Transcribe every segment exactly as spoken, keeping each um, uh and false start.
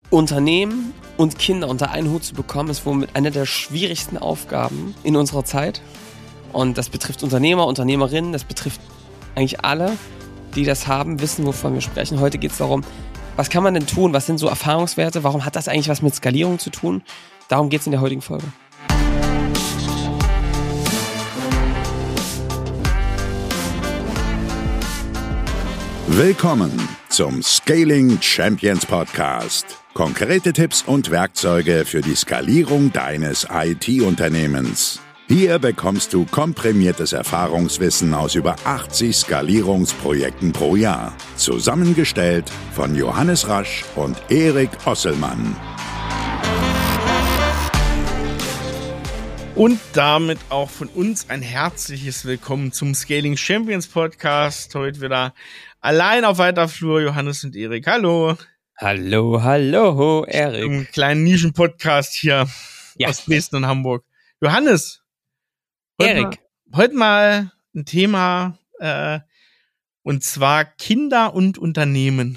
Unternehmen und Kinder unter einen Hut zu bekommen, ist womit eine der schwierigsten Aufgaben in unserer Zeit. Und das betrifft Unternehmer, Unternehmerinnen, das betrifft eigentlich alle, die das haben, wissen, wovon wir sprechen. Heute geht es darum, was kann man denn tun? Was sind so Erfahrungswerte? Warum hat das eigentlich was mit Skalierung zu tun? Darum geht es in der heutigen Folge. Willkommen zum Scaling Champions Podcast. Konkrete Tipps und Werkzeuge für die Skalierung deines I T-Unternehmens. Hier bekommst du komprimiertes Erfahrungswissen aus über achtzig Skalierungsprojekten pro Jahr. Zusammengestellt von Johannes Rasch und Erik Osselmann. Und damit auch von uns ein herzliches Willkommen zum Scaling Champions Podcast. Heute wieder allein auf weiter Flur, Johannes und Erik. Hallo. Hallo, hallo, Erik. Ein kleinen Nischen-Podcast hier ja. aus Dresden und Hamburg. Johannes. Heute Erik. Mal, heute mal ein Thema, äh, und zwar Kinder und Unternehmen.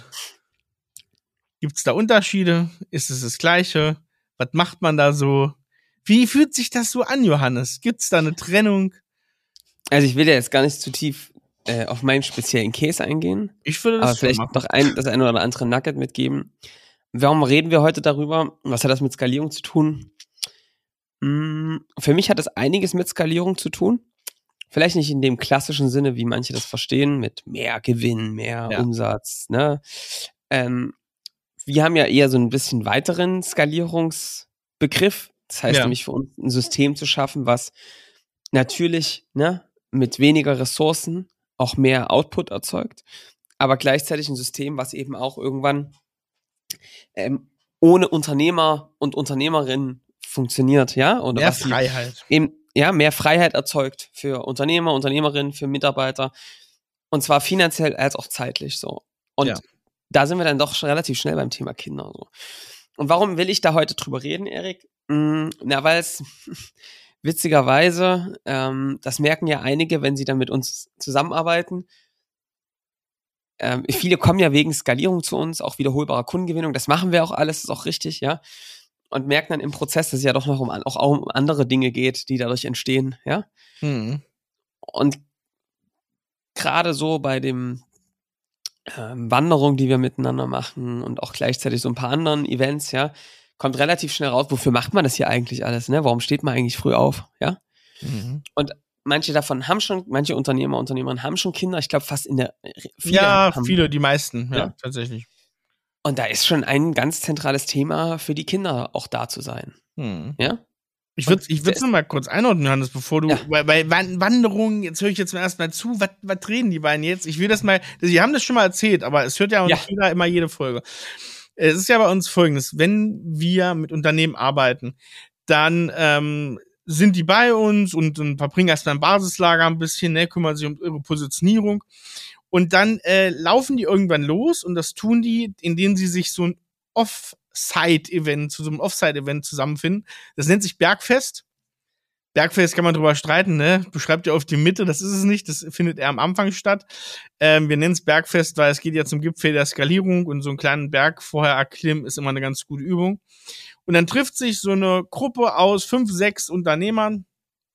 Gibt es da Unterschiede? Ist es das Gleiche? Was macht man da so? Wie fühlt sich das so an, Johannes? Gibt es da eine Trennung? Also ich will ja jetzt gar nicht zu tief äh, auf meinen speziellen Case eingehen. Ich würde das aber vielleicht machen. noch ein, das eine oder andere Nugget mitgeben. Warum reden wir heute darüber? Was hat das mit Skalierung zu tun? Hm, für mich hat das einiges mit Skalierung zu tun. Vielleicht nicht in dem klassischen Sinne, wie manche das verstehen, mit mehr Gewinn, mehr Ja. Umsatz. Ne? Ähm, wir haben ja eher so ein bisschen weiteren Skalierungsbegriff. Das heißt Ja. nämlich für uns ein System zu schaffen, was natürlich ne, mit weniger Ressourcen auch mehr Output erzeugt, aber gleichzeitig ein System, was eben auch irgendwann ähm, ohne Unternehmer und Unternehmerinnen funktioniert, ja? Oder Mehr was die Freiheit. eben ja mehr Freiheit erzeugt für Unternehmer, Unternehmerinnen, für Mitarbeiter und zwar finanziell als auch zeitlich so. Und Ja. da sind wir dann doch schon relativ schnell beim Thema Kinder so. Und warum will ich da heute drüber reden, Erik? Mm, na, weil es witzigerweise, ähm, das merken ja einige, wenn sie dann mit uns zusammenarbeiten. Ähm, viele kommen ja wegen Skalierung zu uns, auch wiederholbarer Kundengewinnung. Das machen wir auch alles, ist auch richtig, ja. Und merken dann im Prozess, dass es ja doch noch um, auch um andere Dinge geht, die dadurch entstehen, ja. Mhm. Und gerade so bei dem ähm, Wanderung, die wir miteinander machen und auch gleichzeitig so ein paar anderen Events, ja, kommt relativ schnell raus, wofür macht man das hier eigentlich alles, ne? Warum steht man eigentlich früh auf, ja? Mhm. Und manche davon haben schon, manche Unternehmer, Unternehmerinnen haben schon Kinder, ich glaube fast in der, viele Ja, haben, viele, die meisten, ja, Ja. tatsächlich. Und da ist schon ein ganz zentrales Thema für die Kinder auch da zu sein, Mhm. ja? Ich würde Und ich würd's das- noch mal kurz einordnen, Johannes, bevor du, Ja. bei, bei Wan- Wanderungen, jetzt höre ich jetzt erst mal zu, was was reden die beiden jetzt? Ich will das mal, sie haben das schon mal erzählt, aber es hört ja auch Ja. nicht jeder immer jede Folge. Es ist ja bei uns Folgendes, wenn wir mit Unternehmen arbeiten, dann ähm, sind die bei uns und, und verbringen erstmal im Basislager ein bisschen, ne, kümmern sich um ihre Positionierung und dann äh, laufen die irgendwann los und das tun die, indem sie sich so ein Off-Site-Event, zu so einem Off-Site-Event zusammenfinden. Das nennt sich Bergfest. Bergfest kann man drüber streiten, ne? Beschreibt ja auf die Mitte, das ist es nicht, das findet eher am Anfang statt. Ähm, wir nennen es Bergfest, weil es geht ja zum Gipfel der Skalierung und so einen kleinen Berg vorher erklimmen ist immer eine ganz gute Übung. Und dann trifft sich so eine Gruppe aus fünf, sechs Unternehmern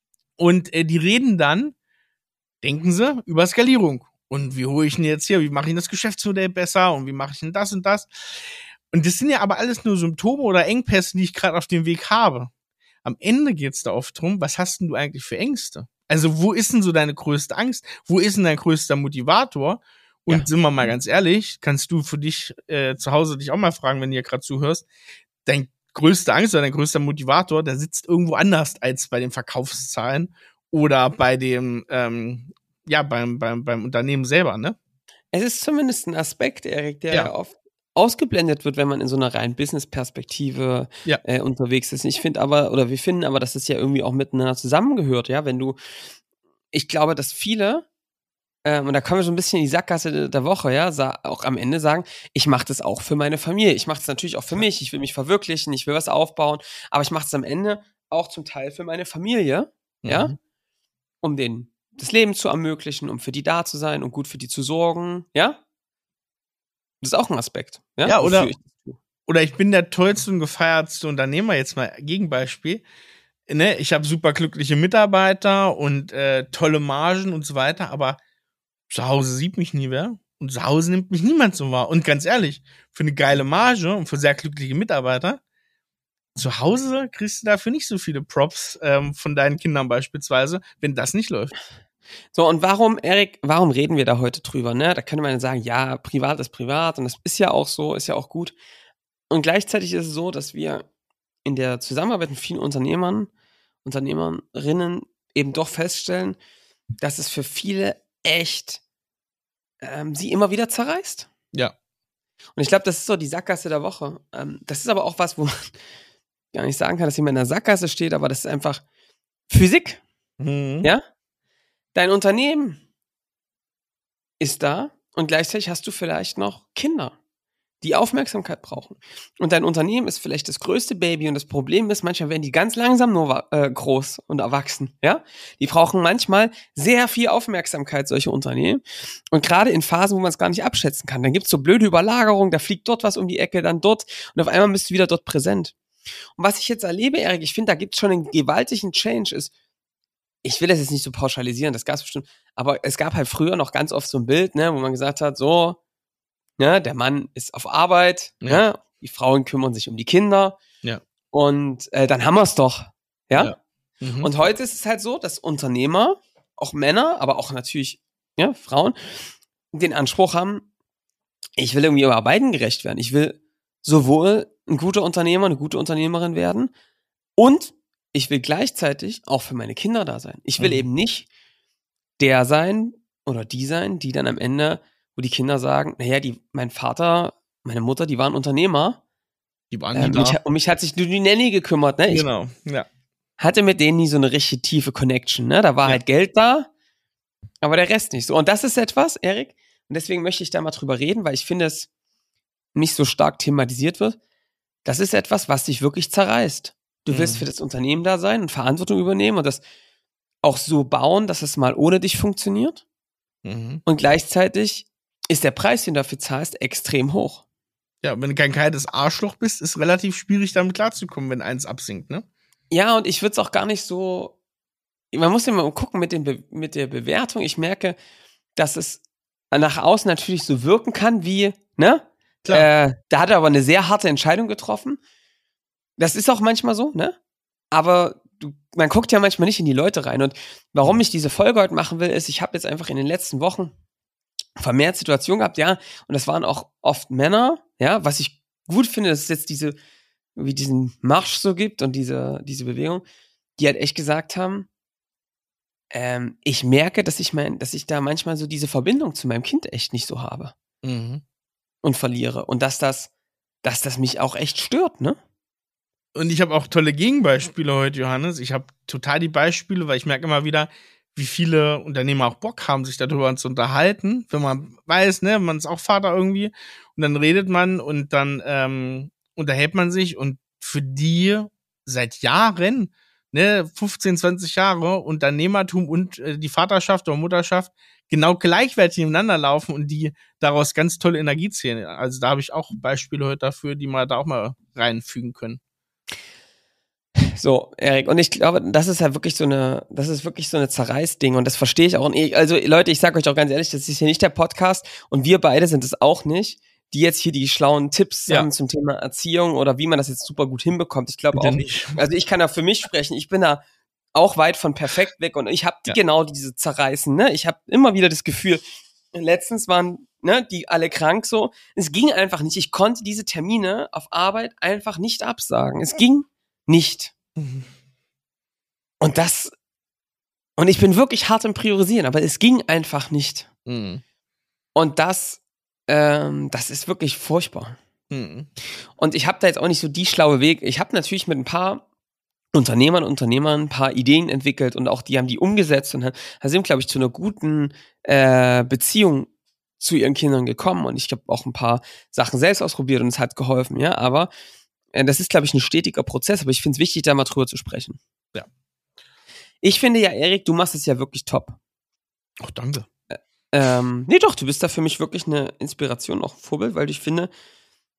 und äh, die reden dann, denken sie, über Skalierung. Und wie hole ich denn jetzt hier, wie mache ich das Geschäftsmodell besser und wie mache ich denn das und das? Und das sind ja aber alles nur Symptome oder Engpässe, die ich gerade auf dem Weg habe. Am Ende geht's da oft drum, was hast denn du eigentlich für Ängste? Also wo ist denn so deine größte Angst? Wo ist denn dein größter Motivator? Und Ja. sind wir mal ganz ehrlich, kannst du für dich äh, zu Hause dich auch mal fragen, wenn du hier gerade zuhörst, dein größter Angst oder dein größter Motivator, der sitzt irgendwo anders als bei den Verkaufszahlen oder bei dem, ähm, ja, beim, beim, beim Unternehmen selber, ne? Es ist zumindest ein Aspekt, Erik, der Ja. ja oft ausgeblendet wird, wenn man in so einer reinen Business-Perspektive Ja. äh, unterwegs ist. Ich finde aber, oder wir finden aber, dass es ja irgendwie auch miteinander zusammengehört, ja, wenn du, ich glaube, dass viele, ähm, und da kommen wir so ein bisschen in die Sackgasse der Woche, ja, sa- auch am Ende sagen, ich mache das auch für meine Familie, ich mache das natürlich auch für mich, ich will mich verwirklichen, ich will was aufbauen, aber ich mache es am Ende auch zum Teil für meine Familie, ja, Mhm. um denen das Leben zu ermöglichen, um für die da zu sein, um gut für die zu sorgen, ja. Das ist auch ein Aspekt, ja, Ja, wofür oder, ich das tue. oder ich bin der tollste und gefeiertste Unternehmer, jetzt mal Gegenbeispiel. Ne, ich habe super glückliche Mitarbeiter und äh, tolle Margen und so weiter, aber zu Hause sieht mich nie wer und zu Hause nimmt mich niemand so wahr. Und ganz ehrlich, für eine geile Marge und für sehr glückliche Mitarbeiter, zu Hause kriegst du dafür nicht so viele Props ähm, von deinen Kindern beispielsweise, wenn das nicht läuft. So, und warum, Erik, warum reden wir da heute drüber, ne? Da könnte man ja sagen, ja, privat ist privat und das ist ja auch so, ist ja auch gut. Und gleichzeitig ist es so, dass wir in der Zusammenarbeit mit vielen Unternehmern, Unternehmerinnen eben doch feststellen, dass es für viele echt ähm, sie immer wieder zerreißt. Ja. Und ich glaube, das ist so die Sackgasse der Woche. Ähm, das ist aber auch was, wo man gar nicht sagen kann, dass jemand in der Sackgasse steht, aber das ist einfach Physik. Mhm. Ja? Dein Unternehmen ist da und gleichzeitig hast du vielleicht noch Kinder, die Aufmerksamkeit brauchen. Und dein Unternehmen ist vielleicht das größte Baby und das Problem ist, manchmal werden die ganz langsam nur äh, groß und erwachsen, ja? Die brauchen manchmal sehr viel Aufmerksamkeit, solche Unternehmen. Und gerade in Phasen, wo man es gar nicht abschätzen kann, dann gibt's so blöde Überlagerungen, da fliegt dort was um die Ecke, dann dort und auf einmal bist du wieder dort präsent. Und was ich jetzt erlebe, Erik, ich finde, da gibt's schon einen gewaltigen Change, ist, ich will das jetzt nicht so pauschalisieren, das gab's bestimmt, aber es gab halt früher noch ganz oft so ein Bild, ne, wo man gesagt hat, so, ja, der Mann ist auf Arbeit, ja. Ja, die Frauen kümmern sich um die Kinder. Ja. Und äh, dann haben wir es doch. Ja. Ja. Mhm. Und heute ist es halt so, dass Unternehmer, auch Männer, aber auch natürlich ja, Frauen, den Anspruch haben, ich will irgendwie über beiden gerecht werden. Ich will sowohl ein guter Unternehmer, eine gute Unternehmerin werden und ich will gleichzeitig auch für meine Kinder da sein. Ich will mhm. eben nicht der sein oder die sein, die dann am Ende, wo die Kinder sagen, naja, die, mein Vater, meine Mutter, die waren Unternehmer. Die waren ähm, die mich, um mich hat sich nur die Nanny gekümmert. Ne? Ich genau, ja. hatte mit denen nie so eine richtig tiefe Connection. Ne? Da war ja. halt Geld da, aber der Rest nicht so. Und das ist etwas, Erik, und deswegen möchte ich da mal drüber reden, weil ich finde, es nicht so stark thematisiert wird. Das ist etwas, was dich wirklich zerreißt. Du mhm. wirst für das Unternehmen da sein und Verantwortung übernehmen und das auch so bauen, dass es mal ohne dich funktioniert. Mhm. Und gleichzeitig ist der Preis, den du dafür zahlst, extrem hoch. Ja, wenn du kein kaltes Arschloch bist, ist relativ schwierig, damit klarzukommen, wenn eins absinkt, ne? Ja, und ich würde es auch gar nicht so, man muss ja mal gucken mit, den Be- mit der Bewertung. Ich merke, dass es nach außen natürlich so wirken kann wie, ne? Klar. Äh, da hat er aber eine sehr harte Entscheidung getroffen. Das ist auch manchmal so, ne? Aber du, man guckt ja manchmal nicht in die Leute rein. Und warum ich diese Folge heute machen will, ist, ich habe jetzt einfach in den letzten Wochen vermehrt Situationen gehabt, ja, und das waren auch oft Männer, ja, was ich gut finde, dass es jetzt diese, wie diesen Marsch so gibt und diese, diese Bewegung, die halt echt gesagt haben, ähm, ich merke, dass ich mein, dass ich da manchmal so diese Verbindung zu meinem Kind echt nicht so habe. Mhm. Und verliere. Und dass das, dass das mich auch echt stört, ne? Und ich habe auch tolle Gegenbeispiele heute, Johannes. Ich habe total die Beispiele, weil ich merke immer wieder, wie viele Unternehmer auch Bock haben, sich darüber zu unterhalten, wenn man weiß, ne, man ist auch Vater irgendwie und dann redet man und dann ähm, unterhält man sich und für die seit Jahren, ne, fünfzehn, zwanzig Jahre Unternehmertum und äh, die Vaterschaft oder Mutterschaft genau gleichwertig nebeneinander laufen und die daraus ganz tolle Energie ziehen. Also da habe ich auch Beispiele heute dafür, die man da auch mal reinfügen können. So, Erik, und ich glaube, das ist ja wirklich so eine, das ist wirklich so eine Zerreißding und das verstehe ich auch. Und ich, also Leute, ich sage euch auch ganz ehrlich, das ist hier nicht der Podcast und wir beide sind es auch nicht, die jetzt hier die schlauen Tipps ja. haben zum Thema Erziehung oder wie man das jetzt super gut hinbekommt. Ich glaube auch nicht. Also ich kann da für mich sprechen, ich bin da auch weit von perfekt weg und ich habe die ja. genau diese Zerreißen, ne? Ich habe immer wieder das Gefühl, letztens waren ne, die alle krank so, es ging einfach nicht. Ich konnte diese Termine auf Arbeit einfach nicht absagen. Es ging nicht. Mhm. Und das, und ich bin wirklich hart im Priorisieren, aber es ging einfach nicht. Mhm. Und das, ähm, das ist wirklich furchtbar. Mhm. Und ich habe da jetzt auch nicht so die schlaue Weg. Ich habe natürlich mit ein paar Unternehmern und Unternehmern ein paar Ideen entwickelt und auch die haben die umgesetzt und sind, glaube ich, zu einer guten äh, Beziehung zu ihren Kindern gekommen. Und ich habe auch ein paar Sachen selbst ausprobiert und es hat geholfen, ja, aber das ist, glaube ich, ein stetiger Prozess, aber ich finde es wichtig, da mal drüber zu sprechen. Ja. Ich finde ja, Erik, du machst es ja wirklich top. Ach, danke. Ähm, nee, doch, du bist da für mich wirklich eine Inspiration, auch ein Vorbild, weil ich finde,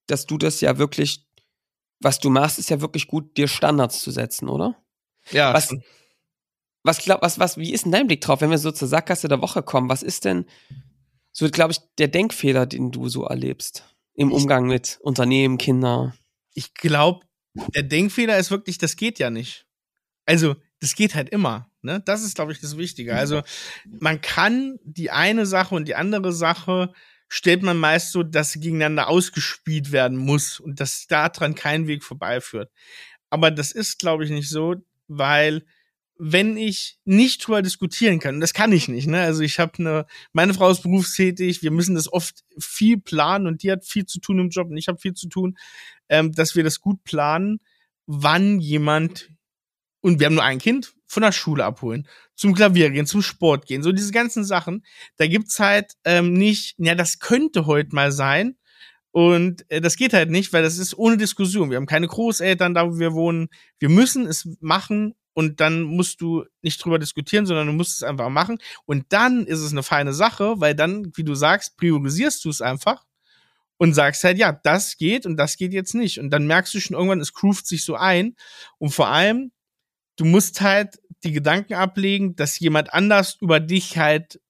dass du das ja wirklich, was du machst, ist ja wirklich gut, dir Standards zu setzen, oder? Ja, Was, schon. was glaub, was, was, wie ist denn dein Blick drauf, wenn wir so zur Sackgasse der Woche kommen? Was ist denn so, glaube ich, der Denkfehler, den du so erlebst im Ich- Umgang mit Unternehmen, Kinder? Ich glaube, der Denkfehler ist wirklich, das geht ja nicht. Also, das geht halt immer. Ne? Das ist, glaube ich, das Wichtige. Also, man kann die eine Sache und die andere Sache stellt man meist so, dass sie gegeneinander ausgespielt werden muss und dass daran kein Weg vorbeiführt. Aber das ist, glaube ich, nicht so, weil wenn ich nicht drüber diskutieren kann, und das kann ich nicht, ne? Also ich habe eine, meine Frau ist berufstätig, wir müssen das oft viel planen und die hat viel zu tun im Job und ich habe viel zu tun, ähm, dass wir das gut planen, wann jemand, und wir haben nur ein Kind, von der Schule abholen, zum Klavier gehen, zum Sport gehen, so diese ganzen Sachen, da gibt's halt ähm, nicht, ja, das könnte heute mal sein, und äh, das geht halt nicht, weil das ist ohne Diskussion. Wir haben keine Großeltern da, wo wir wohnen. Wir müssen es machen und dann musst du nicht drüber diskutieren, sondern du musst es einfach machen. Und dann ist es eine feine Sache, weil dann, wie du sagst, priorisierst du es einfach und sagst halt, ja, das geht und das geht jetzt nicht. Und dann merkst du schon irgendwann, es groovt sich so ein. Und vor allem, du musst halt die Gedanken ablegen, dass jemand anders über dich halt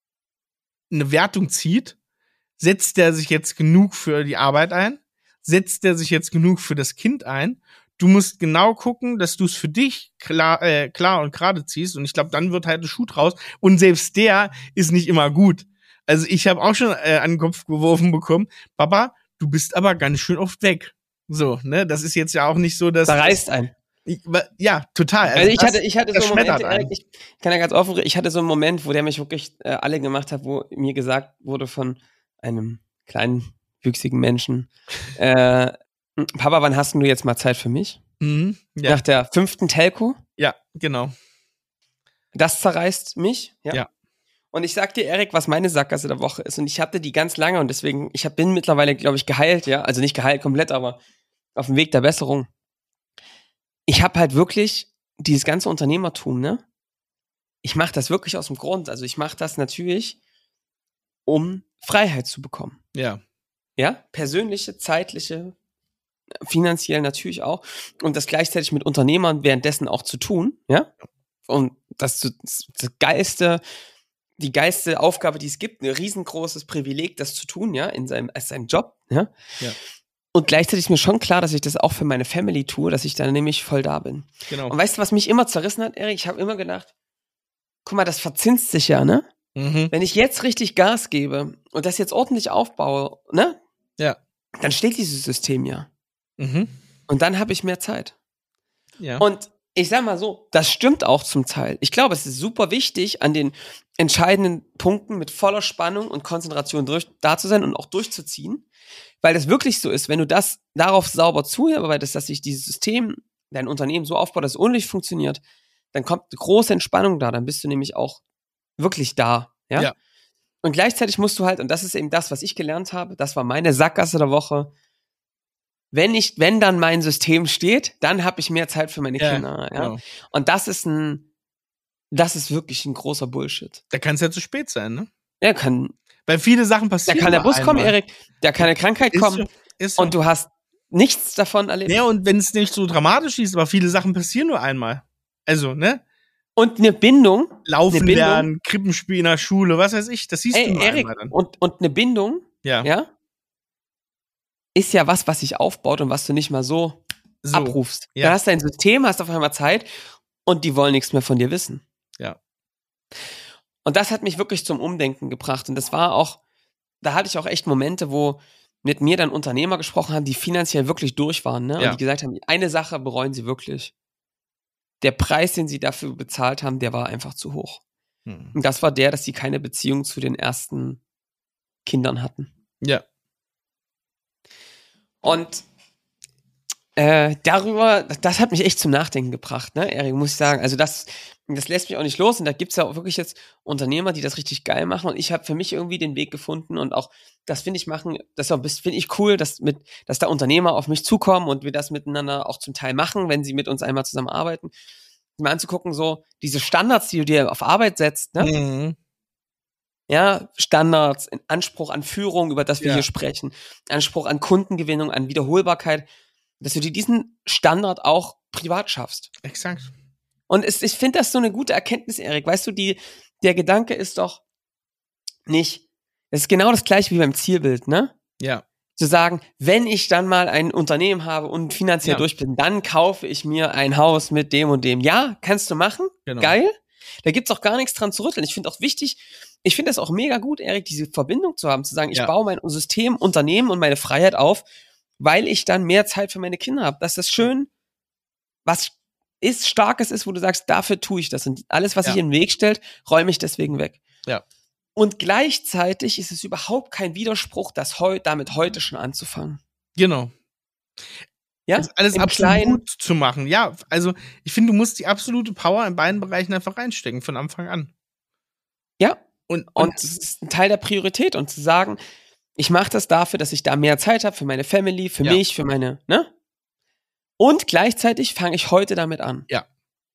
eine Wertung zieht. Setzt der sich jetzt genug für die Arbeit ein? Setzt der sich jetzt genug für das Kind ein? Du musst genau gucken, dass du es für dich klar, äh, klar und gerade ziehst. Und ich glaube, dann wird halt ein Schuh draus. Und selbst der ist nicht immer gut. Also ich habe auch schon äh, an den Kopf geworfen bekommen, Papa, du bist aber ganz schön oft weg. So, ne? Das ist jetzt ja auch nicht so, dass... Da reißt ein. Ich, ja, total. Also, also ich das, hatte, ich hatte so einen Moment, einen. ich kann ja ganz offen, ich hatte so einen Moment, wo der mich wirklich äh, alle gemacht hat, wo mir gesagt wurde von einem kleinen, wüchsigen Menschen, äh, Papa, wann hast du jetzt mal Zeit für mich? Mhm, ja. Nach der fünften Telco? Ja, genau. Das zerreißt mich. Ja. Ja. Und ich sag dir, Erik, was meine Sackgasse der Woche ist. Und ich hatte die ganz lange und deswegen, ich hab, bin mittlerweile, glaube ich, geheilt, ja. Also nicht geheilt komplett, aber auf dem Weg der Besserung. Ich habe halt wirklich dieses ganze Unternehmertum, ne? Ich mache das wirklich aus dem Grund. Also ich mache das natürlich, um Freiheit zu bekommen. Ja. Ja, persönliche, zeitliche, finanziell natürlich auch. Und das gleichzeitig mit Unternehmern währenddessen auch zu tun, ja. Und das ist das geilste, die geilste Aufgabe, die es gibt, ein riesengroßes Privileg, das zu tun, ja, in seinem, als seinem Job, ja. Ja. Und gleichzeitig ist mir schon klar, dass ich das auch für meine Family tue, dass ich da nämlich voll da bin. Genau. Und weißt du, was mich immer zerrissen hat, Erik? Ich habe immer gedacht, guck mal, das verzinst sich ja, ne? Mhm. Wenn ich jetzt richtig Gas gebe und das jetzt ordentlich aufbaue, ne? Ja. Dann steht dieses System ja. Mhm. Und dann habe ich mehr Zeit. Ja. Und ich sag mal so, das stimmt auch zum Teil. Ich glaube, es ist super wichtig, an den entscheidenden Punkten mit voller Spannung und Konzentration durch, da zu sein und auch durchzuziehen. Weil das wirklich so ist, wenn du das darauf sauber zuarbeitest, dass sich dieses System, dein Unternehmen so aufbaut, dass es ohne dich funktioniert, dann kommt eine große Entspannung da, dann bist du nämlich auch wirklich da. Ja? Ja. Und gleichzeitig musst du halt, und das ist eben das, was ich gelernt habe, das war meine Sackgasse der Woche, wenn ich, wenn dann mein System steht, dann habe ich mehr Zeit für meine Ja, Kinder. Ja? genau. Und das ist ein, das ist wirklich ein großer Bullshit. Da kann es ja zu spät sein, ne? Ja, kann, Weil viele Sachen da passieren. kann der nur Bus kommen, einmal. Erik, da kann eine Krankheit Ist kommen so, ist so. und du hast nichts davon erlebt. Ja, und wenn es nicht so dramatisch ist, aber viele Sachen passieren nur einmal. Also, ne? Und eine Bindung, Laufen Eine Bindung. lernen, Krippenspiel in der Schule, was weiß ich, das siehst ey, du nur Erik, einmal dann. und, und eine Bindung, Ja. ja, ist ja was, was sich aufbaut und was du nicht mal so, So. abrufst. Ja. Dann hast du ein System, hast auf einmal Zeit und die wollen nichts mehr von dir wissen. Ja. Und das hat mich wirklich zum Umdenken gebracht. Und das war auch, da hatte ich auch echt Momente, wo mit mir dann Unternehmer gesprochen haben, die finanziell wirklich durch waren, ne? Ja. Und die gesagt haben, eine Sache bereuen sie wirklich. Der Preis, den sie dafür bezahlt haben, der war einfach zu hoch. Hm. Und das war der, dass sie keine Beziehung zu den ersten Kindern hatten. Ja. Und äh, darüber, das hat mich echt zum Nachdenken gebracht, ne, Erik, muss ich sagen. Also das, das lässt mich auch nicht los. Und da gibt's ja auch wirklich jetzt Unternehmer, die das richtig geil machen. Und ich habe für mich irgendwie den Weg gefunden und auch, das finde ich machen, das finde ich cool, dass mit, dass da Unternehmer auf mich zukommen und wir das miteinander auch zum Teil machen, wenn sie mit uns einmal zusammenarbeiten. Mal anzugucken, so diese Standards, die du dir auf Arbeit setzt, ne? Mhm. Ja, Standards, Anspruch an Führung, über das wir Ja. hier sprechen, Anspruch an Kundengewinnung, an Wiederholbarkeit, dass du dir diesen Standard auch privat schaffst. Exakt. Und es, ich finde das so eine gute Erkenntnis, Erik. Weißt du, die, der Gedanke ist doch nicht, es ist genau das gleiche wie beim Zielbild, ne? Ja. Zu sagen, wenn ich dann mal ein Unternehmen habe und finanziell Ja. durch bin, dann kaufe ich mir ein Haus mit dem und dem. Ja, kannst du machen. Genau. Geil. Da gibt's auch gar nichts dran zu rütteln. Ich finde auch wichtig, ich finde es auch mega gut, Erik, diese Verbindung zu haben, zu sagen, ich Ja. baue mein System, Unternehmen und meine Freiheit auf, weil ich dann mehr Zeit für meine Kinder habe. Dass das schön, was ist, Starkes ist, wo du sagst, dafür tue ich das. Und alles, was Ja. sich in den Weg stellt, räume ich deswegen weg. Ja. Und gleichzeitig ist es überhaupt kein Widerspruch, das heu damit heute schon anzufangen. Genau. Ja? Das alles Im absolut Kleinen. zu machen. Ja, also ich finde, du musst die absolute Power in beiden Bereichen einfach reinstecken, von Anfang an. Ja. Und, Und es ist ein Teil der Priorität. Und zu sagen, ich mache das dafür, dass ich da mehr Zeit habe für meine Family, für Ja. mich, für meine, ne? Und gleichzeitig fange ich heute damit an. Ja.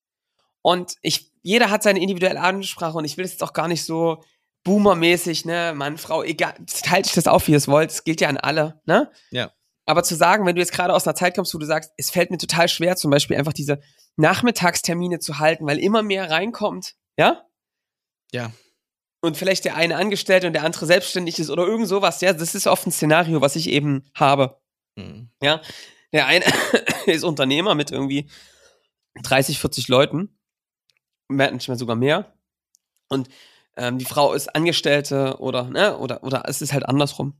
Und ich, jeder hat seine individuelle Ansprache und ich will es jetzt auch gar nicht so boomermäßig, ne, Mann, Frau, egal, teilt euch das auf, wie ihr es wollt, es gilt ja an alle, ne? Ja. Aber zu sagen, wenn du jetzt gerade aus einer Zeit kommst, wo du sagst, es fällt mir total schwer, zum Beispiel einfach diese Nachmittagstermine zu halten, weil immer mehr reinkommt, ja? Ja. Und vielleicht der eine angestellt und der andere selbstständig ist oder irgend sowas, ja, das ist oft ein Szenario, was ich eben habe, Mhm. ja? Der eine ist Unternehmer mit irgendwie dreißig, vierzig Leuten, manchmal sogar mehr, und ähm, die Frau ist Angestellte oder, ne, oder, oder es ist halt andersrum.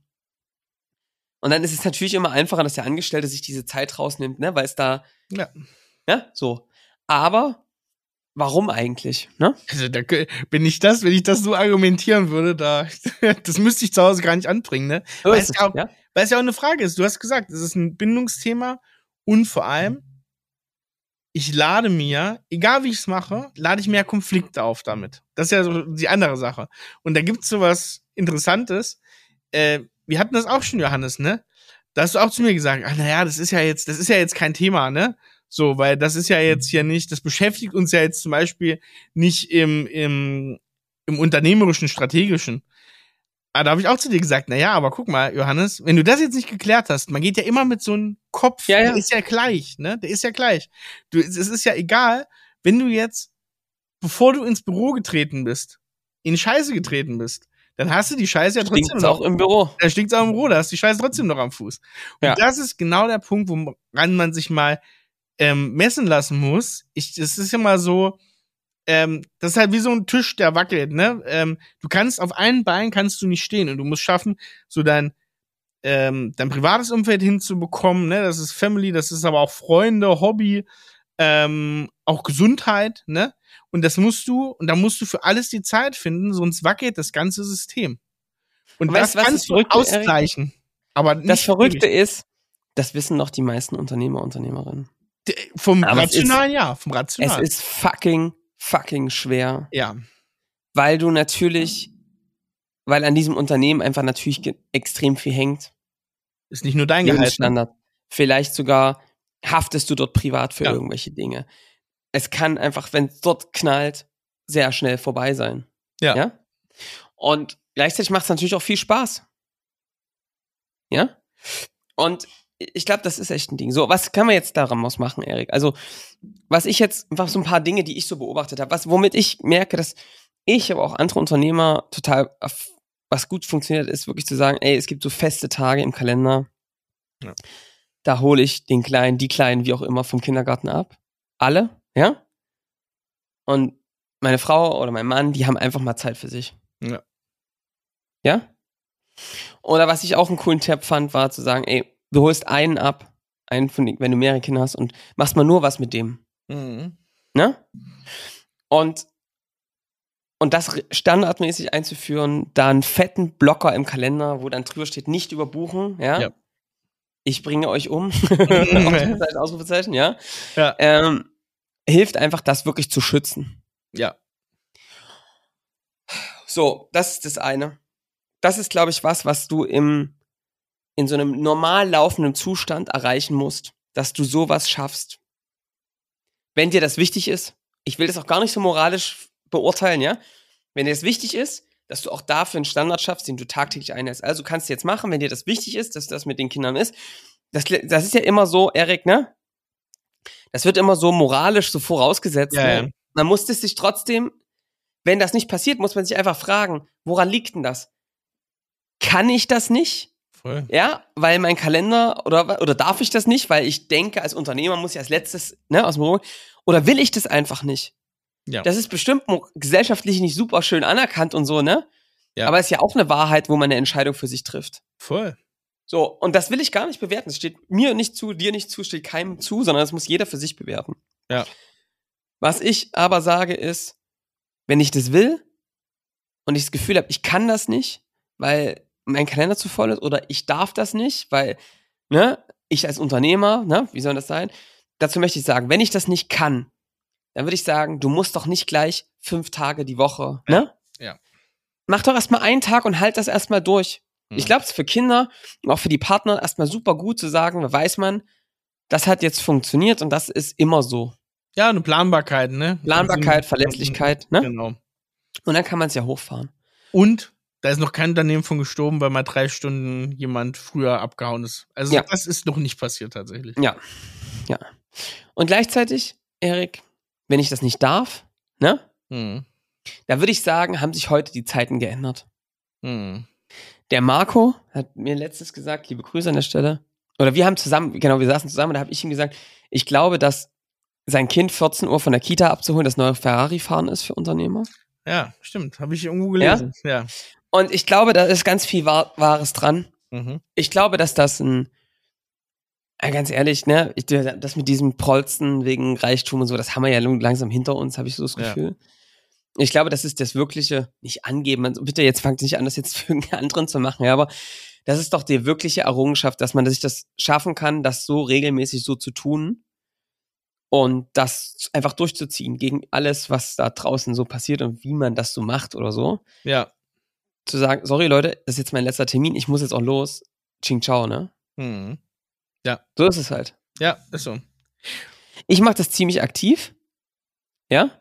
Und dann ist es natürlich immer einfacher, dass der Angestellte sich diese Zeit rausnimmt, ne, weil es da, Ja. ne, so. Aber warum eigentlich, ne? Also da, kö- wenn ich das, wenn ich das so argumentieren würde, da, das müsste ich zu Hause gar nicht anbringen, ne? So Weil ist es es, ja auch, ja? weil es ja auch eine Frage ist. Du hast gesagt, es ist ein Bindungsthema und vor allem, ich lade mir, egal wie ich es mache, lade ich mehr Konflikte auf damit. Das ist ja so die andere Sache. Und da gibt's so was Interessantes. Äh, wir hatten das auch schon, Johannes, ne? Da hast du auch zu mir gesagt, ach naja, das ist ja jetzt, das ist ja jetzt kein Thema, ne? So, weil das ist ja jetzt hier nicht, das beschäftigt uns ja jetzt zum Beispiel nicht im, im, im unternehmerischen, strategischen. Aber da habe ich auch zu dir gesagt, na ja, aber guck mal, Johannes, wenn du das jetzt nicht geklärt hast, man geht ja immer mit so einem Kopf, Ja, ja. der ist ja gleich, ne? Der ist ja gleich. Du, es ist ja egal, wenn du jetzt, bevor du ins Büro getreten bist, in Scheiße getreten bist, dann hast du die Scheiße ja trotzdem Stinkt's noch. auch im Büro. Da stinkt's auch im Büro, da hast du die Scheiße trotzdem noch am Fuß. Und Ja. das ist genau der Punkt, woran man sich mal ähm, messen lassen muss. Ich, das ist immer so, ähm, das ist halt wie so ein Tisch, der wackelt, ne? Ähm, du kannst auf einen Bein kannst du nicht stehen und du musst schaffen, so dein ähm, dein privates Umfeld hinzubekommen, ne? Das ist Family, das ist aber auch Freunde, Hobby, ähm, auch Gesundheit, ne? Und das musst du, und da musst du für alles die Zeit finden, sonst wackelt das ganze System. Und Und das weißt du, was kannst das du Verrückte, Erik? ausgleichen. Aber nicht Das Verrückte ewig. ist, das wissen doch die meisten Unternehmer, Unternehmerinnen. D- vom Aber es Rationalen, ja, vom Es Rationalen. ist fucking, fucking schwer, ja, weil du natürlich, weil an diesem Unternehmen einfach natürlich ge- extrem viel hängt. ist nicht nur dein Gehalt. Ne? Lebensstandard. Vielleicht sogar haftest du dort privat für Ja. irgendwelche Dinge. Es kann einfach, wenn es dort knallt, sehr schnell vorbei sein. Ja. ja? Und gleichzeitig macht es natürlich auch viel Spaß. Ja? Und ich glaube, das ist echt ein Ding. So, was kann man jetzt daraus machen, Erik? Also, was ich jetzt, einfach so ein paar Dinge, die ich so beobachtet habe, was, womit ich merke, dass ich, aber auch andere Unternehmer total, auf- was gut funktioniert, ist wirklich zu sagen, ey, es gibt so feste Tage im Kalender. Ja. Da hole ich den Kleinen, die Kleinen, wie auch immer, vom Kindergarten ab. Alle, ja? Und meine Frau oder mein Mann, die haben einfach mal Zeit für sich. Ja. Ja? Oder was ich auch einen coolen Tipp fand, war zu sagen, ey, du holst einen ab, einen von den, wenn du mehrere Kinder hast und machst mal nur was mit dem. Mhm. Ne? Und, und das re- standardmäßig einzuführen, da einen fetten Blocker im Kalender, wo dann drüber steht, nicht überbuchen, ja? Ja. Ich bringe euch um. Ausrufezeichen, Ausrufezeichen, ja? Ja. Ähm, hilft einfach, das wirklich zu schützen. Ja. So, das ist das eine. Das ist, glaube ich, was, was du im, in so einem normal laufenden Zustand erreichen musst, dass du sowas schaffst. Wenn dir das wichtig ist, ich will das auch gar nicht so moralisch beurteilen, ja? Wenn dir das wichtig ist, dass du auch dafür einen Standard schaffst, den du tagtäglich einhältst. Also kannst du jetzt machen, wenn dir das wichtig ist, dass das mit den Kindern ist. Das, das ist ja immer so, Erik, ne? Das wird immer so moralisch so vorausgesetzt. Ja, ne? ja. Man muss es sich trotzdem, wenn das nicht passiert, muss man sich einfach fragen, woran liegt denn das? Kann ich das nicht? Voll. Ja, weil mein Kalender, oder, oder darf ich das nicht, weil ich denke, als Unternehmer muss ich als letztes, ne, aus dem Ruhe, oder will ich das einfach nicht? Ja. Das ist bestimmt mo- gesellschaftlich nicht super schön anerkannt und so, ne? Ja. Aber es ist ja auch eine Wahrheit, wo man eine Entscheidung für sich trifft. Voll. So, und das will ich gar nicht bewerten. Es steht mir nicht zu, dir nicht zu, steht keinem zu, sondern das muss jeder für sich bewerten. Ja. Was ich aber sage ist, wenn ich das will und ich das Gefühl habe, ich kann das nicht, weil mein Kalender zu voll ist oder ich darf das nicht, weil, ne, ich als Unternehmer, ne, wie soll das sein? Dazu möchte ich sagen, wenn ich das nicht kann, dann würde ich sagen, du musst doch nicht gleich fünf Tage die Woche, ne? Ja. Mach doch erstmal einen Tag und halt das erstmal durch. Hm. Ich glaube, es ist für Kinder und auch für die Partner erstmal super gut zu sagen, weiß man, das hat jetzt funktioniert und das ist immer so. Ja, eine Planbarkeit, ne? Planbarkeit, Verlässlichkeit, ne? Genau. Und dann kann man es ja hochfahren. Und da ist noch kein Unternehmen von gestorben, weil mal drei Stunden jemand früher abgehauen ist. Also Ja. das ist noch nicht passiert tatsächlich. Ja, ja. Und gleichzeitig, Erik, wenn ich das nicht darf, ne? Hm. Da würde ich sagen, haben sich heute die Zeiten geändert. Hm. Der Marco hat mir letztens gesagt, liebe Grüße an der Stelle, oder wir haben zusammen, genau, wir saßen zusammen, da habe ich ihm gesagt, ich glaube, dass sein Kind vierzehn Uhr von der Kita abzuholen, das neue Ferrari-Fahren ist für Unternehmer. Ja, stimmt. Habe ich irgendwo gelesen. Ja. Und ich glaube, da ist ganz viel Wahr- Wahres dran. Mhm. Ich glaube, dass das ein, ja, ganz ehrlich, ne, ich, das mit diesem Prolzen wegen Reichtum und so, das haben wir ja langsam hinter uns, habe ich so das Ja. Gefühl. Ich glaube, das ist das wirkliche, nicht angeben, also bitte jetzt fangt nicht an, das jetzt für irgendeinen anderen zu machen, ja, aber das ist doch die wirkliche Errungenschaft, dass man sich das schaffen kann, das so regelmäßig so zu tun und das einfach durchzuziehen gegen alles, was da draußen so passiert und wie man das so macht oder so. Ja. Zu sagen, sorry Leute, das ist jetzt mein letzter Termin, ich muss jetzt auch los. Ching ciao, ne? Hm. So ist es halt. Ja, ist so. Ich mache das ziemlich aktiv, ja?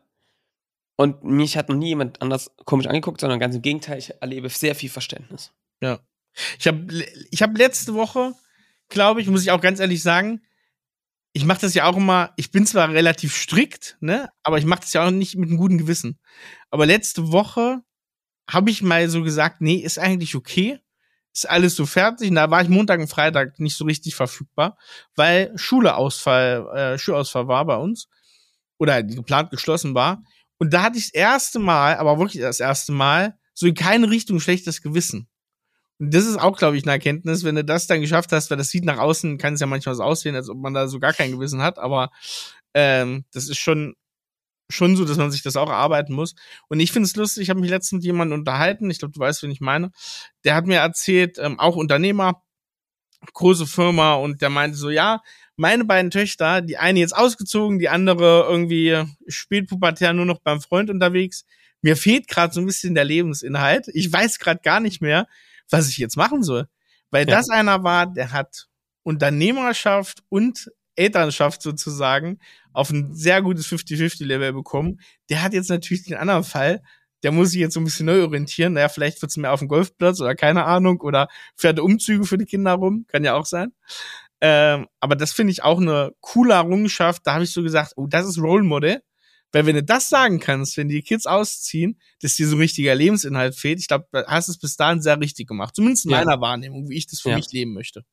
Und mich hat noch nie jemand anders komisch angeguckt, sondern ganz im Gegenteil, ich erlebe sehr viel Verständnis. Ja. Ich habe ich hab letzte Woche, glaube ich, muss ich auch ganz ehrlich sagen, ich mache das ja auch immer, ich bin zwar relativ strikt, ne, aber ich mache das ja auch nicht mit einem guten Gewissen. Aber letzte Woche habe ich mal so gesagt, nee, ist eigentlich okay. Ist alles so fertig. Und da war ich Montag und Freitag nicht so richtig verfügbar, weil Schuleausfall, äh, Schulausfall war bei uns. Oder geplant geschlossen war. Und da hatte ich das erste Mal, aber wirklich das erste Mal, so in keine Richtung schlechtes Gewissen. Und das ist auch, glaube ich, eine Erkenntnis, wenn du das dann geschafft hast, weil das sieht nach außen, kann es ja manchmal so aussehen, als ob man da so gar kein Gewissen hat, aber ähm, das ist schon schon so, dass man sich das auch erarbeiten muss. Und ich finde es lustig, ich habe mich letztens mit jemandem unterhalten, ich glaube, du weißt, wen ich meine, der hat mir erzählt, ähm, auch Unternehmer, große Firma, und der meinte so, ja, meine beiden Töchter, die eine jetzt ausgezogen, die andere irgendwie spätpubertär nur noch beim Freund unterwegs, mir fehlt gerade so ein bisschen der Lebensinhalt. Ich weiß gerade gar nicht mehr, was ich jetzt machen soll. Weil Ja. das einer war, der hat Unternehmerschaft und Elternschaft sozusagen auf ein sehr gutes fünfzig fünfzig Level bekommen. Der hat jetzt natürlich den anderen Fall, der muss sich jetzt so ein bisschen neu orientieren. Naja, vielleicht wird's mehr auf dem Golfplatz oder keine Ahnung, oder fährt Umzüge für die Kinder rum, kann ja auch sein. Ähm, aber das finde ich auch eine coole Errungenschaft. Da habe ich so gesagt, oh, das ist Role Model. Weil wenn du das sagen kannst, wenn die Kids ausziehen, dass dir so ein richtiger Lebensinhalt fehlt, ich glaube, hast du es bis dahin sehr richtig gemacht. Zumindest in Ja. meiner Wahrnehmung, wie ich das für Ja. mich leben möchte.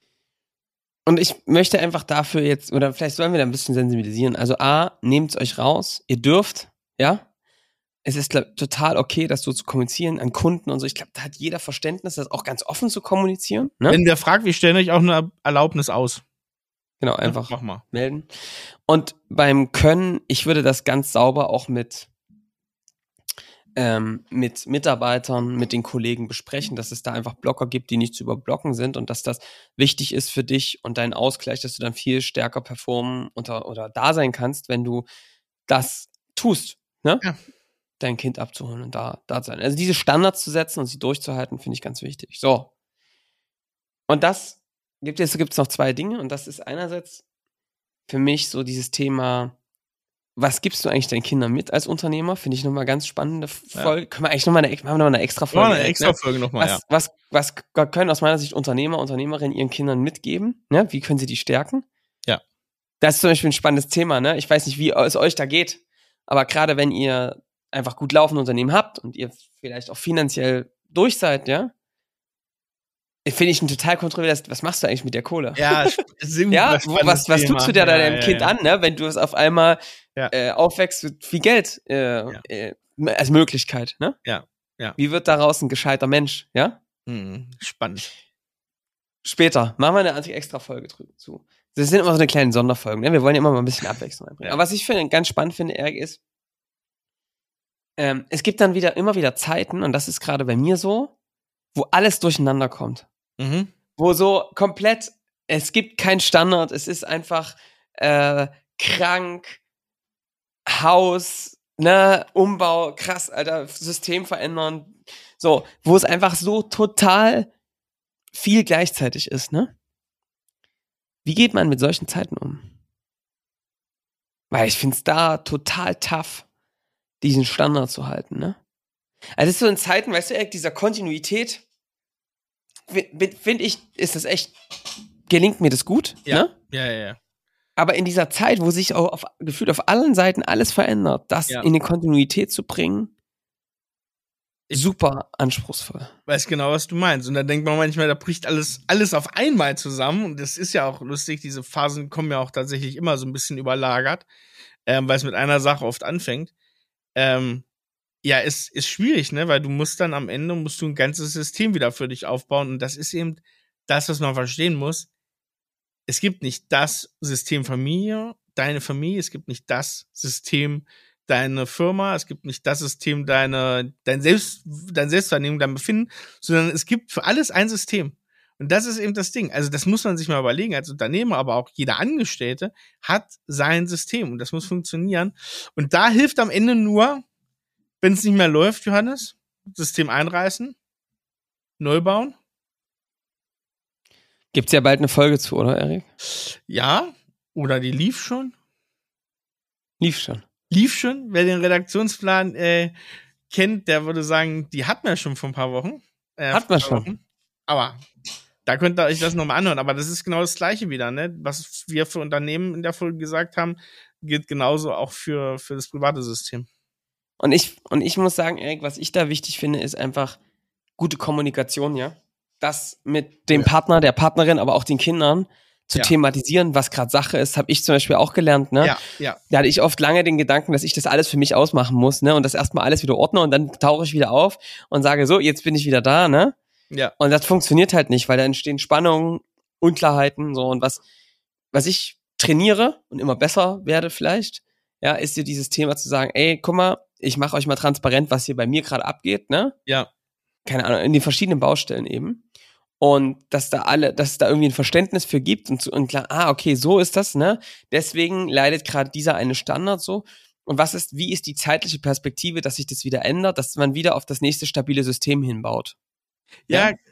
Und ich möchte einfach dafür jetzt, oder vielleicht sollen wir da ein bisschen sensibilisieren. Also A, nehmt's euch raus. Ihr dürft, ja. Es ist glaub, total okay, das so zu kommunizieren an Kunden und so. Ich glaube, da hat jeder Verständnis, das auch ganz offen zu kommunizieren. Ne? Wenn der fragt, wir stellen euch auch eine Erlaubnis aus. Genau, einfach Mach mal. melden. Und beim Können, ich würde das ganz sauber auch mit, ähm, mit Mitarbeitern, mit den Kollegen besprechen, dass es da einfach Blocker gibt, die nicht zu überblocken sind und dass das wichtig ist für dich und deinen Ausgleich, dass du dann viel stärker performen oder, oder da sein kannst, wenn du das tust, ne? Ja. Dein Kind abzuholen und da, da sein. Also diese Standards zu setzen und sie durchzuhalten, finde ich ganz wichtig. So. Und das gibt es, gibt's noch zwei Dinge und das ist einerseits für mich so dieses Thema was gibst du eigentlich deinen Kindern mit als Unternehmer? Finde ich nochmal ganz spannende Folge. Ja. Können wir eigentlich nochmal eine, machen wir noch mal eine extra Folge? Noch eine extra Folge nochmal, ja. Was, was, was können aus meiner Sicht Unternehmer, Unternehmerinnen ihren Kindern mitgeben? Ne? Wie können sie die stärken? Ja. Das ist zum Beispiel ein spannendes Thema, ne? Ich weiß nicht, wie es euch da geht, aber gerade wenn ihr einfach gut laufende Unternehmen habt und ihr vielleicht auch finanziell durch seid, ja, finde ich ein total kontroverses, was machst du eigentlich mit der Kohle? Ja, ja was, was tust du dir da deinem ja, Kind ja. an, ne? Wenn du es auf einmal ja. äh, aufwächst mit viel Geld äh, ja. äh, als Möglichkeit, ne? Ja, ja. Wie wird daraus ein gescheiter Mensch, ja? Hm, spannend. Später machen wir eine extra Folge zu. Das sind immer so eine kleine Sonderfolgen, ne? Wir wollen ja immer mal ein bisschen Abwechslung einbringen. Ja. Aber was ich finde, ganz spannend finde, Erik, ist, ähm, es gibt dann wieder immer wieder Zeiten, und das ist gerade bei mir so, wo alles durcheinander kommt. Mhm. Wo so komplett, es gibt keinen Standard, es ist einfach äh, krank, Haus, ne, Umbau, krass, Alter, System verändern, so, wo es einfach so total viel gleichzeitig ist, ne? Wie geht man mit solchen Zeiten um? Weil ich finde es da total tough, diesen Standard zu halten, ne? Also es ist so in Zeiten, weißt du, Erik, dieser Kontinuität, finde ich, ist das echt, gelingt mir das gut, ja. ne? Ja, ja, ja. Aber in dieser Zeit, wo sich auch auf, gefühlt auf allen Seiten alles verändert, das ja. in eine Kontinuität zu bringen, ich super anspruchsvoll. Weiß genau, was du meinst. Und da denkt man manchmal, da bricht alles, alles auf einmal zusammen. Und das ist ja auch lustig, diese Phasen kommen ja auch tatsächlich immer so ein bisschen überlagert, ähm, weil es mit einer Sache oft anfängt. Ähm, Ja, es ist schwierig, ne, weil du musst dann am Ende musst du ein ganzes System wieder für dich aufbauen und das ist eben das, was man verstehen muss. Es gibt nicht das System Familie, deine Familie, es gibt nicht das System deine Firma, es gibt nicht das System deine dein Selbst dein Selbstwahrnehmung, dein Befinden, sondern es gibt für alles ein System. Und das ist eben das Ding. Also das muss man sich mal überlegen als Unternehmer, aber auch jeder Angestellte hat sein System und das muss funktionieren. Und da hilft am Ende nur, wenn es nicht mehr läuft, Johannes, System einreißen, neu bauen. Gibt's ja bald eine Folge zu, oder, Erik? Ja, oder die lief schon. Lief schon. Lief schon. Wer den Redaktionsplan äh, kennt, der würde sagen, die hatten wir schon vor ein paar Wochen. Äh, Hat man schon. Wochen. Aber da könnt ihr euch das nochmal anhören. Aber das ist genau das Gleiche wieder, ne? Was wir für Unternehmen in der Folge gesagt haben, gilt genauso auch für, für das private System. Und ich, und ich muss sagen, Erik, was ich da wichtig finde, ist einfach gute Kommunikation, ja. Das mit dem ja. Partner, der Partnerin, aber auch den Kindern zu ja. thematisieren, was gerade Sache ist, habe ich zum Beispiel auch gelernt, ne? Ja, ja. Da hatte ich oft lange den Gedanken, dass ich das alles für mich ausmachen muss, ne? Und das erstmal alles wieder ordne und dann tauche ich wieder auf und sage so, jetzt bin ich wieder da, ne? Ja. Und das funktioniert halt nicht, weil da entstehen Spannungen, Unklarheiten, so. Und was, was ich trainiere und immer besser werde vielleicht, ja, ist dir dieses Thema zu sagen, ey, guck mal, ich mache euch mal transparent, was hier bei mir gerade abgeht, ne? Ja. Keine Ahnung, in den verschiedenen Baustellen eben. Und dass da alle, dass es da irgendwie ein Verständnis für gibt und, und klar, ah, okay, so ist das, ne? Deswegen leidet gerade dieser eine Standard so. Und was ist, wie ist die zeitliche Perspektive, dass sich das wieder ändert, dass man wieder auf das nächste stabile System hinbaut? Ja, ja?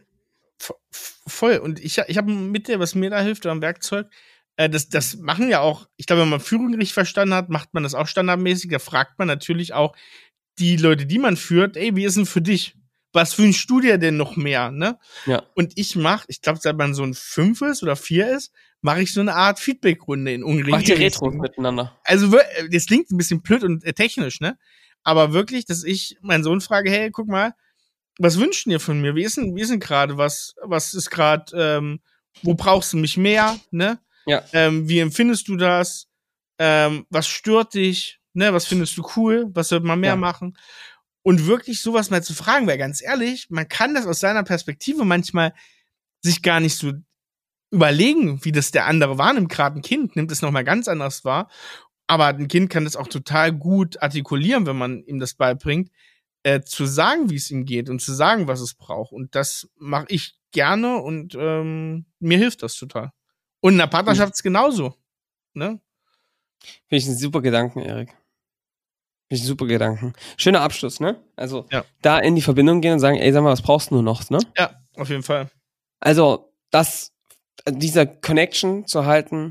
voll. Und ich, ich habe mit dir, was mir da hilft, oder ein Werkzeug, äh, das, das machen ja auch, ich glaube, wenn man Führung richtig verstanden hat, macht man das auch standardmäßig. Da fragt man natürlich auch die Leute, die man führt, ey, wie ist denn für dich? Was wünschst du dir denn noch mehr, ne? Ja. Und ich mach, ich glaube, seit man so ein fünf ist oder vier ist, mache ich so eine Art Feedback-Runde in Ungarn. Macht ihr Retros miteinander? Also, das klingt ein bisschen blöd und äh, technisch, ne? Aber wirklich, dass ich meinen Sohn frage, hey, guck mal, was wünschst du dir von mir? Wie ist denn, wie ist denn gerade? Was, was ist gerade, ähm, wo brauchst du mich mehr, ne? Ja. Ähm, wie empfindest du das? Ähm, was stört dich? Ne? Was findest du cool? Was sollte man mehr ja. machen? Und wirklich sowas mal zu fragen, weil ganz ehrlich, man kann das aus seiner Perspektive manchmal sich gar nicht so überlegen, wie das der andere wahrnimmt. Gerade ein Kind nimmt es nochmal ganz anders wahr. Aber ein Kind kann das auch total gut artikulieren, wenn man ihm das beibringt, äh, zu sagen, wie es ihm geht und zu sagen, was es braucht. Und das mache ich gerne und ähm, mir hilft das total. Und in der Partnerschaft ist genauso. Ne? Finde ich einen super Gedanken, Erik. Finde ich einen super Gedanken. Schöner Abschluss, ne? Also ja. da in die Verbindung gehen und sagen, ey, sag mal, was brauchst du noch, ne? Ja, auf jeden Fall. Also, das, dieser Connection zu halten,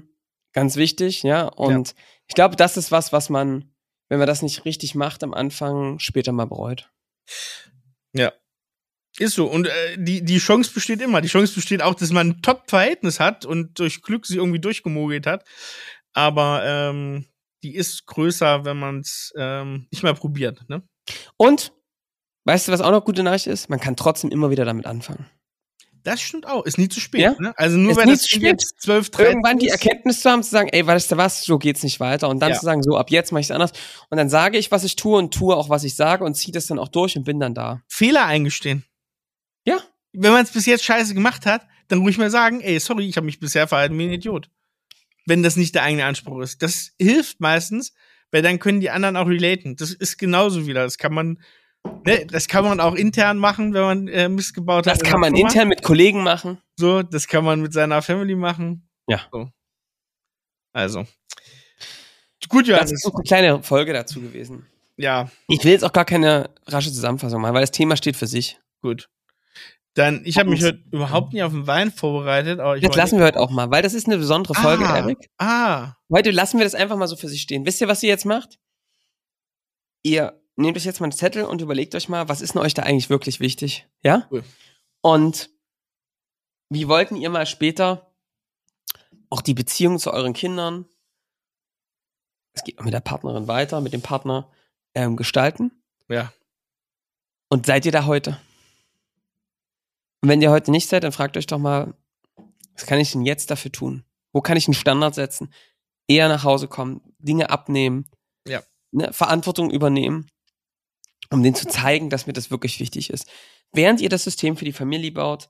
Ganz wichtig, ja. Und ja. ich glaube, das ist was, was man, wenn man das nicht richtig macht am Anfang, später mal bereut. Ja. Ist so. Und äh, die, die Chance besteht immer. Die Chance besteht auch, dass man ein Top-Verhältnis hat und durch Glück sie irgendwie durchgemogelt hat. Aber ähm, die ist größer, wenn man es ähm, nicht mal probiert. Ne? Und, weißt du, was auch noch gute Nachricht ist? Man kann trotzdem immer wieder damit anfangen. Das stimmt auch. Ist nie zu spät. Ja? Ne? Also nur ist wenn nie das zu Kind spät. jetzt zwölf, dreizehn Irgendwann die ist. Erkenntnis zu haben, zu sagen, ey, weißt du was, so geht's nicht weiter. Und dann Ja. zu sagen, so, ab jetzt mache ich es anders. Und dann sage ich, was ich tue und tue auch, was ich sage und ziehe das dann auch durch und bin dann da. Fehler eingestehen. Ja. Wenn man es bis jetzt scheiße gemacht hat, dann ruhig mal sagen, ey, sorry, ich habe mich bisher verhalten wie ein Idiot. Wenn das nicht der eigene Anspruch ist. Das hilft meistens, weil dann können die anderen auch relaten. Das ist genauso wieder. Das kann man, ne, das kann man auch intern machen, wenn man äh, Mist gebaut hat. Das kann man intern mit Kollegen machen. So, das kann man mit seiner Family machen. Ja. So. Also. Gut, ja. Das ist eine kleine Folge dazu gewesen. Ja. Ich will jetzt auch gar keine rasche Zusammenfassung machen, weil das Thema steht für sich. Gut. Dann, ich habe mich heute überhaupt nicht auf den Wein vorbereitet. Aber ich das lassen wir heute auch mal, weil das ist eine besondere Folge, ah, Erik. Ah. Heute lassen wir das einfach mal so für sich stehen. Wisst ihr, was ihr jetzt macht? Ihr nehmt euch jetzt mal einen Zettel und überlegt euch mal, was ist denn euch da eigentlich wirklich wichtig? Ja? Cool. Und wie wollten ihr mal später auch die Beziehung zu euren Kindern, es geht mit der Partnerin weiter, mit dem Partner ähm, gestalten? Ja. Und seid ihr da heute? Und wenn ihr heute nicht seid, dann fragt euch doch mal, was kann ich denn jetzt dafür tun? Wo kann ich einen Standard setzen? Eher nach Hause kommen, Dinge abnehmen, ja. ne, Verantwortung übernehmen, um denen zu zeigen, dass mir das wirklich wichtig ist. Während ihr das System für die Familie baut,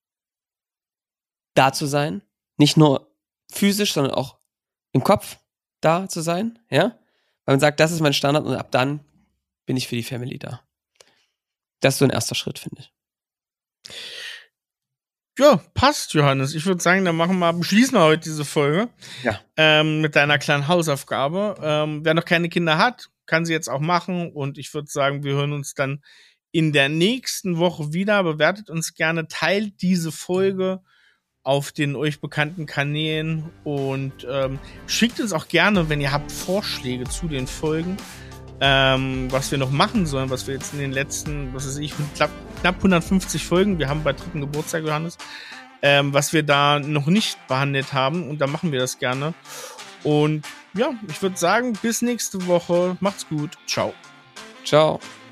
da zu sein, nicht nur physisch, sondern auch im Kopf da zu sein, ja? Weil man sagt, das ist mein Standard und ab dann bin ich für die Family da. Das ist so ein erster Schritt, finde ich. Ja, passt, Johannes. Ich würde sagen, dann machen wir, beschließen wir heute diese Folge. Ja. Ähm, mit deiner kleinen Hausaufgabe. Ähm, wer noch keine Kinder hat, kann sie jetzt auch machen. Und ich würde sagen, wir hören uns dann in der nächsten Woche wieder. Bewertet uns gerne, teilt diese Folge auf den euch bekannten Kanälen und ähm, schickt uns auch gerne, wenn ihr habt, Vorschläge zu den Folgen. Ähm, was wir noch machen sollen, was wir jetzt in den letzten, was weiß ich, knapp, knapp hundertfünfzig Folgen, wir haben bei dritten Geburtstag, Johannes, ähm, was wir da noch nicht behandelt haben und da machen wir das gerne. Und ja, ich würde sagen, bis nächste Woche. Macht's gut. Ciao. Ciao.